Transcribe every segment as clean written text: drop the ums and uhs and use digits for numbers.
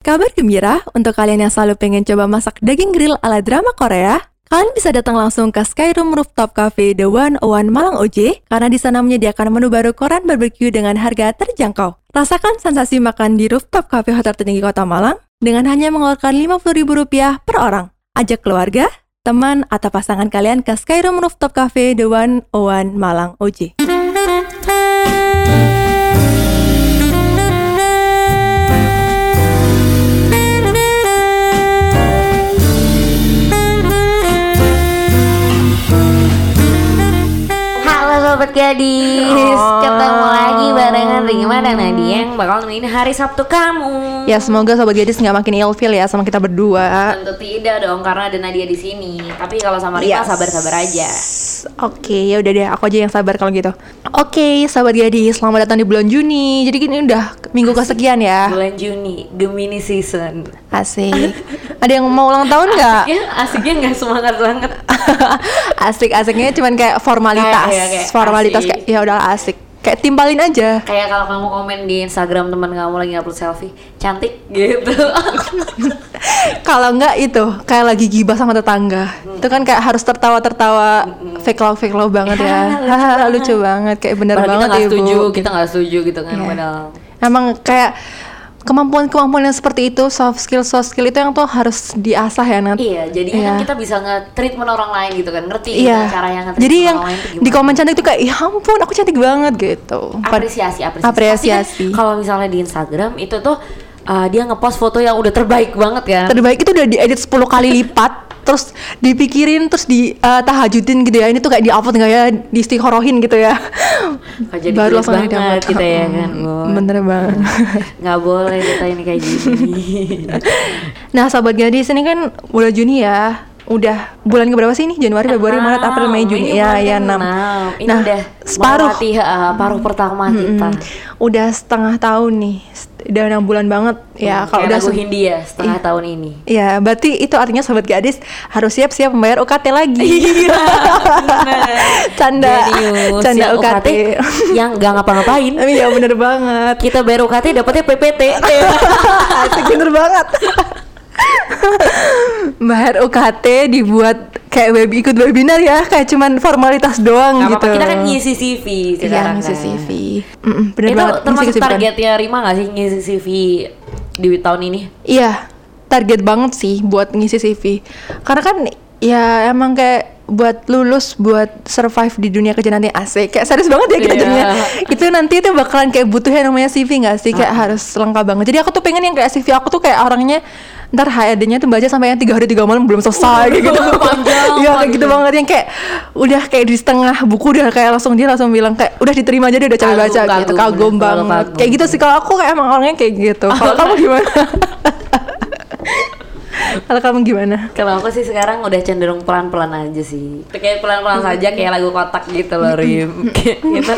Kabar gembira untuk kalian yang selalu pengen coba masak daging grill ala drama Korea. Kalian bisa datang langsung ke Skyroom Rooftop Cafe The 101 Malang OJ karena di sana menyediakan menu baru Korean barbecue dengan harga terjangkau. Rasakan sensasi makan di rooftop cafe hotel tertinggi Kota Malang dengan hanya mengeluarkan Rp50.000 per orang. Ajak keluarga, teman, atau pasangan kalian ke Skyroom Rooftop Cafe The 101 Malang OJ. Sobat Gadis, ketemu lagi barengan Rima dan Nadia yang bakal nemenin hari Sabtu kamu. Ya semoga Sobat Gadis nggak makin ilfil ya sama kita berdua. Tentu tidak dong, karena ada Nadia di sini. Tapi kalau sama Rima sabar-sabar aja. Oke, ya udah deh, aku aja yang sabar kalau gitu. Oke, Sobat Gadis, selamat datang di bulan Juni. Jadi ini udah minggu kesekian ya. Bulan Juni, Gemini season. Asik. Ada yang mau ulang tahun nggak? Asiknya nggak semangat banget. Asik-asiknya cuman kayak formalitas. Formalitas asik. Kayak ya udah asik. Kayak timbalin aja. Kayak kalau kamu komen di Instagram teman kamu lagi upload selfie, cantik gitu. Kalau enggak itu kayak lagi gibah sama tetangga. Itu kan kayak harus tertawa-tertawa fake love banget ya. Lucu banget, kayak bener padahal banget ibu. Kita nggak setuju gitu kan, padahal. Emang kayak kemampuan yang seperti itu, soft skill itu yang tuh harus diasah ya Nat. Iya, jadinya kan kita bisa nge-treatment orang lain gitu kan, ngerti gitu cara yang nge-treatment jadi orang yang lain tuh gimana. di komen cantik tuh kayak, ya ampun aku cantik banget gitu. Apresiasi. Kalau misalnya di Instagram itu tuh dia ngepost foto yang udah terbaik banget kan. Terbaik itu udah diedit 10 kali lipat. Terus dipikirin, terus tahajudin gitu ya. Ini tuh kayak di-upload nggak ya, di-istighorohin gitu ya. Baru langsung banget kita ya kan. Bener banget. Nggak boleh kita ini kayak gini. Nah Sobat Gadis, ini kan bulan Juni ya. Udah bulan keberapa sih ini? Januari, Februari, Maret, April, Mei, Juni. Ya 6. Ini udah paruh pertama kita. Udah setengah tahun nih. Udah 6 bulan banget ya. Kalau udah lagu Hindia setengah tahun ini. Ya, berarti itu artinya Sobat Gadis harus siap-siap membayar UKT lagi. Canda UKT yang nggak ngapa-ngapain. Iya bener banget. Kita bayar UKT dapetnya PPT. Asik, bener banget. Bayar UKT dibuat kayak ikut webinar ya, kayak cuman formalitas doang gitu. Kita kan ngisi CV sekarang. Iya, ngisi CV. Bener itu banget. Termasuk targetnya Rima nggak sih ngisi CV di tahun ini? Iya, target banget sih buat ngisi CV. Karena kan ya emang kayak buat lulus, buat survive di dunia kerja nanti asik. Kayak serius banget ya kita jadinya. Itu nanti itu bakalan kayak butuh yang namanya CV nggak sih? Kayak harus lengkap banget. Jadi aku tuh pengen yang kayak CV aku tuh kayak orangnya ntar HRD-nya tuh baca sampai yang 3 hari 3 malam belum selesai kayak gitu. Iya kayak gitu banget, yang kayak udah kayak di setengah buku udah kayak langsung bilang kayak udah diterima aja, dia udah capek baca gitu. Kagum banget. Kayak gitu sih kalau aku, kayak emang orangnya kayak gitu. Kalau kamu gimana? Kalau kamu gimana? Kalau aku sih sekarang udah cenderung pelan-pelan aja sih. Kayak pelan-pelan saja, kayak lagu kotak gitu loh, Rim. Gitu.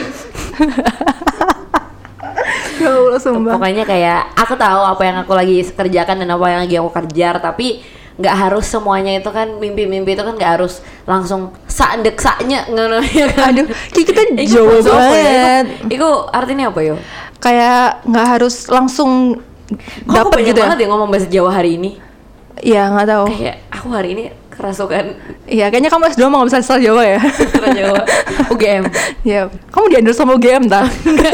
Ya Allah, sumpah. Pokoknya kayak aku tahu apa yang aku lagi kerjakan dan apa yang lagi aku kejar, tapi nggak harus semuanya itu kan, mimpi-mimpi itu kan nggak harus langsung saknya ngono ya kan. Aduh, kita jauh banget. Itu artinya apa yo? Kayak nggak harus langsung dapat gitu ya. Banget ya ngomong bahasa Jawa hari ini. Iya, nggak tahu. Kayak aku hari ini kerasukan. Iya, kayaknya kamu S2 mau nggak bisa sastra Jawa ya. Sastra Jawa. UGM. Iya, kamu di-endorse sama UGM tak?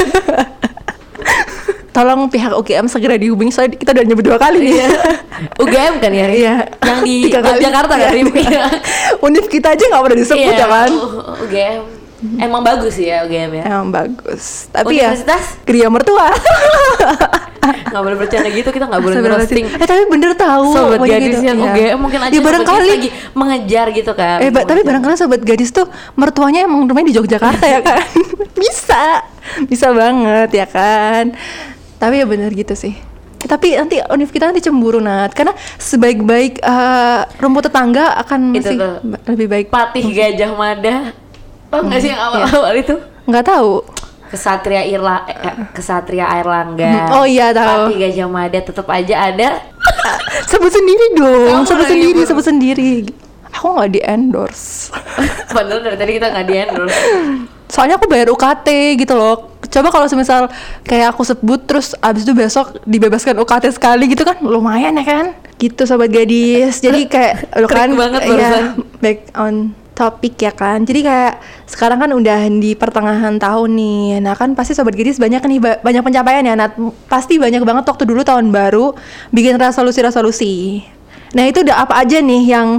Tolong pihak UGM segera dihubungi, soalnya kita udah nyebut 2 kali nih. UGM kan ya? Iya. Yang di Jakarta kan? Iya. Univ kita aja nggak pernah disebut ya kan? UGM. Emang bagus sih ya UGM ya? Emang bagus. Tapi Universitas? Ya Gria Mertua. Nggak boleh bercanda gitu, kita nggak boleh ngerosting. Tapi bener tahu Sobat Gadis gitu. yang UGM mungkin aja ya, barangkali lagi mengejar gitu kan. Tapi barangkali Sobat Gadis tuh mertuanya emang rumahnya di Yogyakarta ya kan. Bisa banget ya kan. Tapi ya bener gitu sih. Tapi nanti univ kita nanti cemburu Nat, karena sebaik-baik rumput tetangga akan masih lebih baik. Patih Gajah Mada. Tau nggak sih yang awal-awal itu? Nggak tahu. Kesatria Air Langga. Oh iya tahu. Patih Gajah Mada tetap aja ada. Sebut sendiri dong. Sebut sendiri. Aku nggak di-endorse. Padahal dari tadi kita nggak di-endorse. Soalnya aku bayar UKT gitu loh. Coba kalau semisal kayak aku sebut terus abis itu besok dibebaskan UKT sekali gitu kan lumayan ya kan? Gitu sobat gadis. Jadi kayak lo kan banget ya, back on topik ya kan. Jadi kayak sekarang kan udah di pertengahan tahun nih. Nah kan pasti sobat gadis banyak nih banyak pencapaian ya. Nah pasti banyak banget waktu dulu tahun baru bikin resolusi. Nah itu udah apa aja nih yang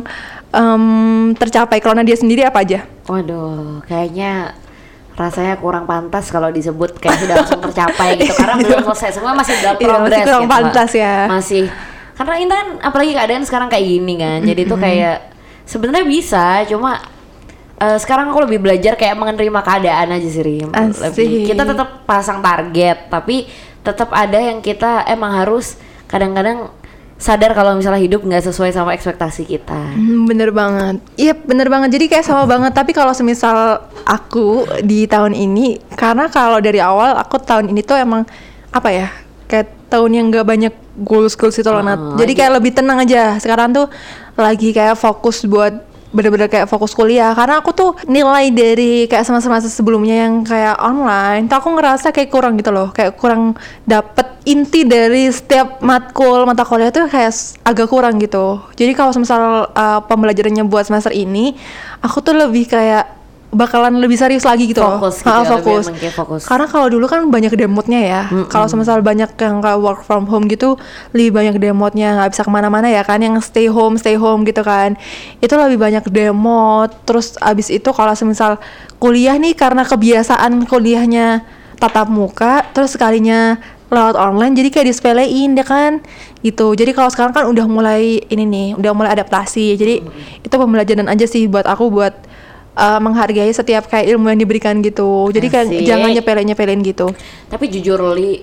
tercapai? Kalau Nadia sendiri apa aja? Waduh, kayaknya rasanya kurang pantas kalau disebut kayak sudah langsung tercapai gitu karena belum selesai, semua masih dalam progres. Masih kurang gitu, pantas ya. Masih karena ini kan apalagi keadaan sekarang kayak gini kan. Jadi tuh kayak sebenarnya bisa, cuma sekarang aku lebih belajar kayak menerima keadaan aja sih, Rim. Kita tetap pasang target, tapi tetap ada yang kita emang harus kadang-kadang sadar kalau misalnya hidup nggak sesuai sama ekspektasi kita. Bener banget. Iya bener banget. Jadi kayak sama banget. Tapi kalau semisal aku di tahun ini, karena kalau dari awal aku tahun ini tuh emang apa ya, kayak tahun yang nggak banyak goals itu loh Nat. Jadi kayak lebih tenang aja. Sekarang tuh lagi kayak fokus buat bener-bener kayak fokus kuliah, karena aku tuh nilai dari kayak semester-semester sebelumnya yang kayak online tuh aku ngerasa kayak kurang gitu loh, kayak kurang dapet inti dari setiap matkul mata kuliah tuh kayak agak kurang gitu. Jadi kalau misal pembelajarannya buat semester ini aku tuh lebih kayak bakalan lebih serius lagi gitu fokus loh. Fokus. Karena kalau dulu kan banyak demotnya ya. Kalau semisal banyak yang kayak work from home gitu, lebih banyak demotnya, nggak bisa kemana-mana ya kan, yang stay home gitu kan. Itu lebih banyak demot. Terus abis itu kalau semisal kuliah nih, karena kebiasaan kuliahnya tatap muka, terus sekalinya lewat online jadi kayak disepelein ya kan gitu. Jadi kalau sekarang kan udah mulai ini nih, udah mulai adaptasi. Jadi itu pembelajaran aja sih buat aku, buat menghargai setiap kayak ilmu yang diberikan gitu. Jadi kan jangan nyepelin gitu. Tapi jujur li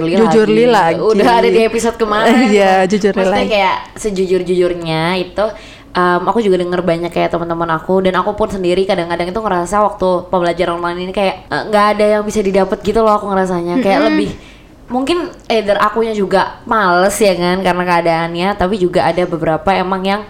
lagi. Udah ada di episode kemarin. Iya, jujur li lagi. Maksudnya kayak sejujur-jujurnya itu aku juga denger banyak kayak teman-teman aku, dan aku pun sendiri kadang-kadang itu ngerasa waktu pembelajaran online ini kayak nggak ada yang bisa didapat gitu loh. Aku ngerasanya kayak lebih mungkin either akunya juga males ya kan karena keadaannya, tapi juga ada beberapa emang yang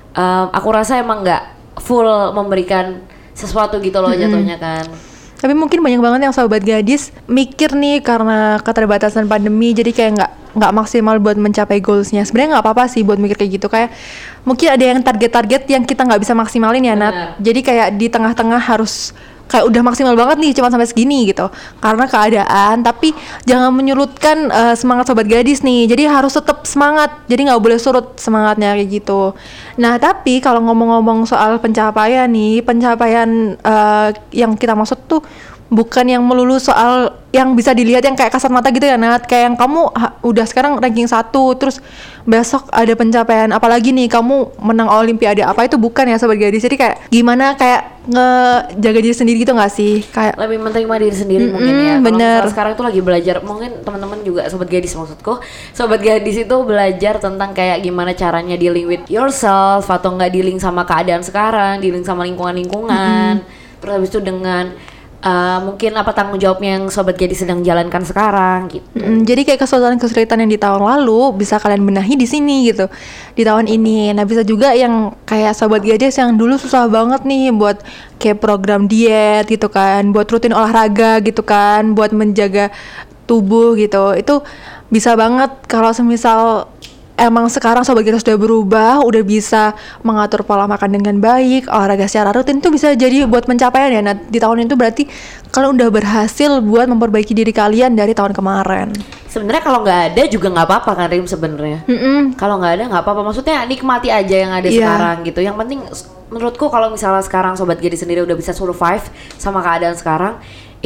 aku rasa emang nggak full memberikan sesuatu gitu loh jatuhnya kan. Tapi mungkin banyak banget yang sobat gadis mikir nih karena keterbatasan pandemi jadi kayak nggak maksimal buat mencapai goalsnya. Sebenarnya nggak apa-apa sih buat mikir kayak gitu, kayak mungkin ada yang target-target yang kita nggak bisa maksimalin ya Nat. Jadi kayak di tengah-tengah harus kayak udah maksimal banget nih cuma sampai segini gitu karena keadaan, tapi jangan menyurutkan semangat sobat gadis nih. Jadi harus tetap semangat, jadi nggak boleh surut semangatnya kayak gitu. Nah tapi kalau ngomong-ngomong soal pencapaian nih, pencapaian yang kita maksud tuh bukan yang melulu soal yang bisa dilihat yang kayak kasat mata gitu ya Nat, kayak yang kamu udah sekarang ranking 1 terus besok ada pencapaian apalagi nih kamu menang olimpiade apa, itu bukan ya sobat gadis. Jadi kayak gimana kayak ngejaga diri sendiri gitu nggak sih, kayak lebih menerima diri sendiri mungkin ya. Bener. Sekarang itu lagi belajar, mungkin teman-teman juga sobat gadis, maksudku sobat gadis itu belajar tentang kayak gimana caranya dealing with yourself, atau nggak dealing sama keadaan sekarang, dealing sama lingkungan terus habis itu dengan mungkin apa tanggung jawabnya yang sobat gadis sedang jalankan sekarang gitu. Jadi kayak kesulitan yang di tahun lalu bisa kalian benahi di sini gitu di tahun ini. Nah bisa juga yang kayak sobat gadis yang dulu susah banget nih buat kayak program diet gitu kan, buat rutin olahraga gitu kan, buat menjaga tubuh gitu. Itu bisa banget kalau semisal emang sekarang sobat kita sudah berubah, udah bisa mengatur pola makan dengan baik, olahraga secara rutin, itu bisa jadi buat pencapaian ya. Nah di tahun itu berarti kalian udah berhasil buat memperbaiki diri kalian dari tahun kemarin. Sebenarnya kalau nggak ada juga nggak apa-apa kan Rim sebenarnya. Kalau nggak ada nggak apa-apa, maksudnya nikmati aja yang ada sekarang gitu. Yang penting menurutku kalau misalnya sekarang sobat gadis sendiri udah bisa survive sama keadaan sekarang,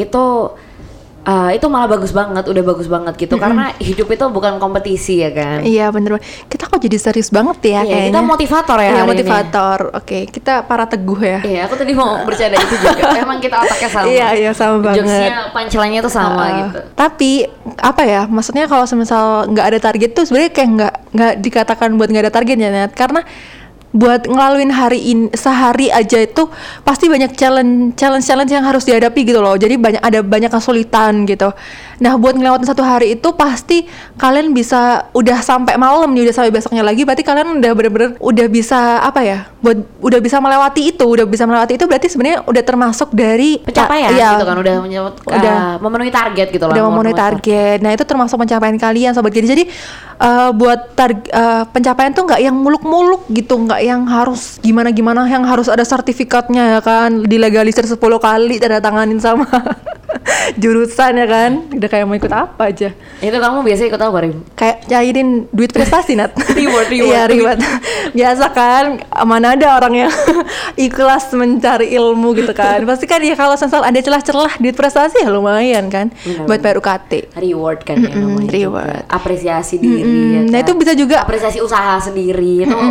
itu malah bagus banget, udah bagus banget gitu. Karena hidup itu bukan kompetisi ya kan. Iya bener. Kita kok jadi serius banget ya kayaknya. Kita motivator ya hari motivator ini. Oke, kita para teguh ya. Iya, aku tadi mau bercanda itu juga. Emang kita otaknya sama. Iya sama banget. Jokesnya, punchline-nya tuh sama gitu. Tapi apa ya, maksudnya kalau semisal nggak ada target tuh sebenarnya kayak nggak dikatakan buat nggak ada targetnya Nat. Karena buat ngelaluin hari ini sehari aja itu pasti banyak challenge yang harus dihadapi gitu loh. Jadi ada banyak kesulitan gitu. Nah, buat ngelewatin satu hari itu pasti kalian bisa udah sampai malam nih, udah sampai besoknya lagi, berarti kalian udah bener-bener udah bisa apa ya? Udah bisa melewati itu, berarti sebenarnya udah termasuk dari pencapaian gitu kan, udah memenuhi target gitu lah. Udah memenuhi target. Nah, itu termasuk pencapaian kalian sobat Gedi. Jadi buat pencapaian tuh nggak yang muluk-muluk gitu, nggak yang harus gimana-gimana, yang harus ada sertifikatnya ya kan, dilegalisir 10 kali tanda tanganin sama jurusan ya kan, udah kayak mau ikut apa aja. Itu kamu biasa ikut apa, Rim? Kayak cairin duit prestasi, Nat. Reward. Iya, reward. Biasa kan, mana ada orang yang ikhlas mencari ilmu gitu kan. Pasti kan ya kalau misal ada celah-celah duit prestasi ya lumayan kan. Buat bayar UKT. Reward kan ya namanya. Reward. Juga. Apresiasi diri ya kan? Nah, itu bisa juga apresiasi usaha sendiri itu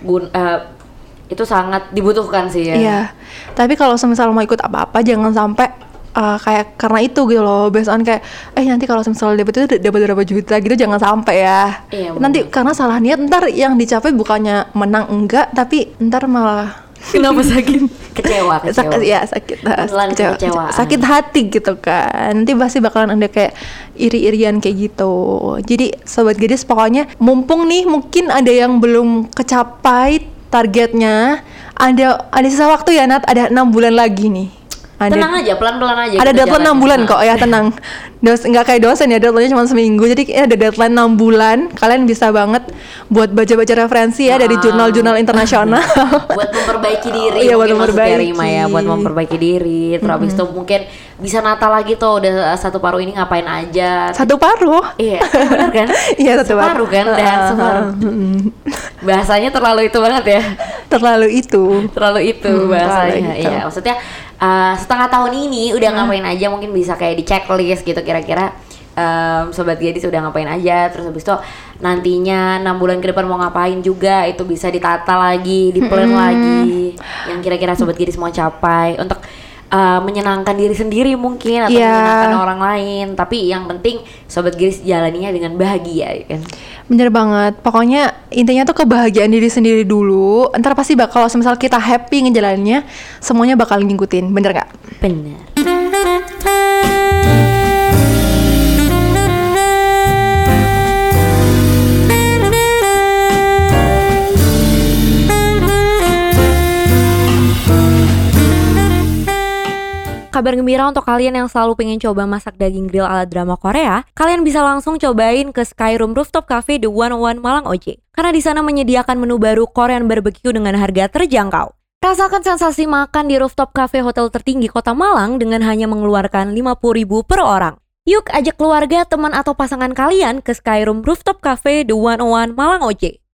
itu sangat dibutuhkan sih ya. Iya. Tapi kalau misal mau ikut apa-apa jangan sampai kayak karena itu gitu loh, based on kayak nanti kalau misalnya dapat berapa juta gitu, jangan sampai ya. Iya, nanti karena salah niat ntar yang dicapai bukannya menang enggak, tapi ntar malah kenapa sakit? Kecewa. Iya, sakit. Kecewa. Sakit hati gitu kan. Nanti pasti bakalan ada kayak iri-irian kayak gitu. Jadi sobat Gadis pokoknya mumpung nih mungkin ada yang belum kecapai targetnya, ada sisa waktu ya Nat, ada 6 bulan lagi nih. Tenang aja, pelan-pelan aja. Ada deadline 6 bulan kok ya, tenang. Nggak kayak dosen ya, deadline-nya cuma seminggu. Jadi ada deadline 6 bulan. Kalian bisa banget buat baca-baca referensi ya dari jurnal-jurnal internasional. Buat memperbaiki diri. Iya, buat memperbaiki. Buat memperbaiki diri. Terus habis itu mungkin bisa Natal lagi tuh, udah satu paruh ini ngapain aja. Satu paruh? Iya, benar kan? Iya, satu paruh kan, dan separuh. Bahasanya terlalu itu banget ya. Terlalu itu bahasanya. Iya, maksudnya setengah tahun ini udah ngapain aja, mungkin bisa kayak di checklist gitu kira-kira sobat Gadis udah ngapain aja, terus habis itu nantinya 6 bulan ke depan mau ngapain juga itu bisa ditata lagi, di-plan lagi yang kira-kira sobat Gadis mau capai untuk menyenangkan diri sendiri mungkin atau menyenangkan orang lain, tapi yang penting sobat Gadis jalaninya dengan bahagia ya kan. Bener banget, pokoknya intinya tuh kebahagiaan diri sendiri dulu. Ntar pasti kalau misal kita happy ngejalaninnya, semuanya bakal ngikutin, bener gak? Bener. Kabar gembira untuk kalian yang selalu pengen coba masak daging grill ala drama Korea, kalian bisa langsung cobain ke Skyroom Rooftop Cafe The 101 Malang OJ. Karena di sana menyediakan menu baru Korean barbecue dengan harga terjangkau. Rasakan sensasi makan di rooftop cafe hotel tertinggi Kota Malang dengan hanya mengeluarkan 50.000 per orang. Yuk ajak keluarga, teman atau pasangan kalian ke Skyroom Rooftop Cafe The 101 Malang OJ.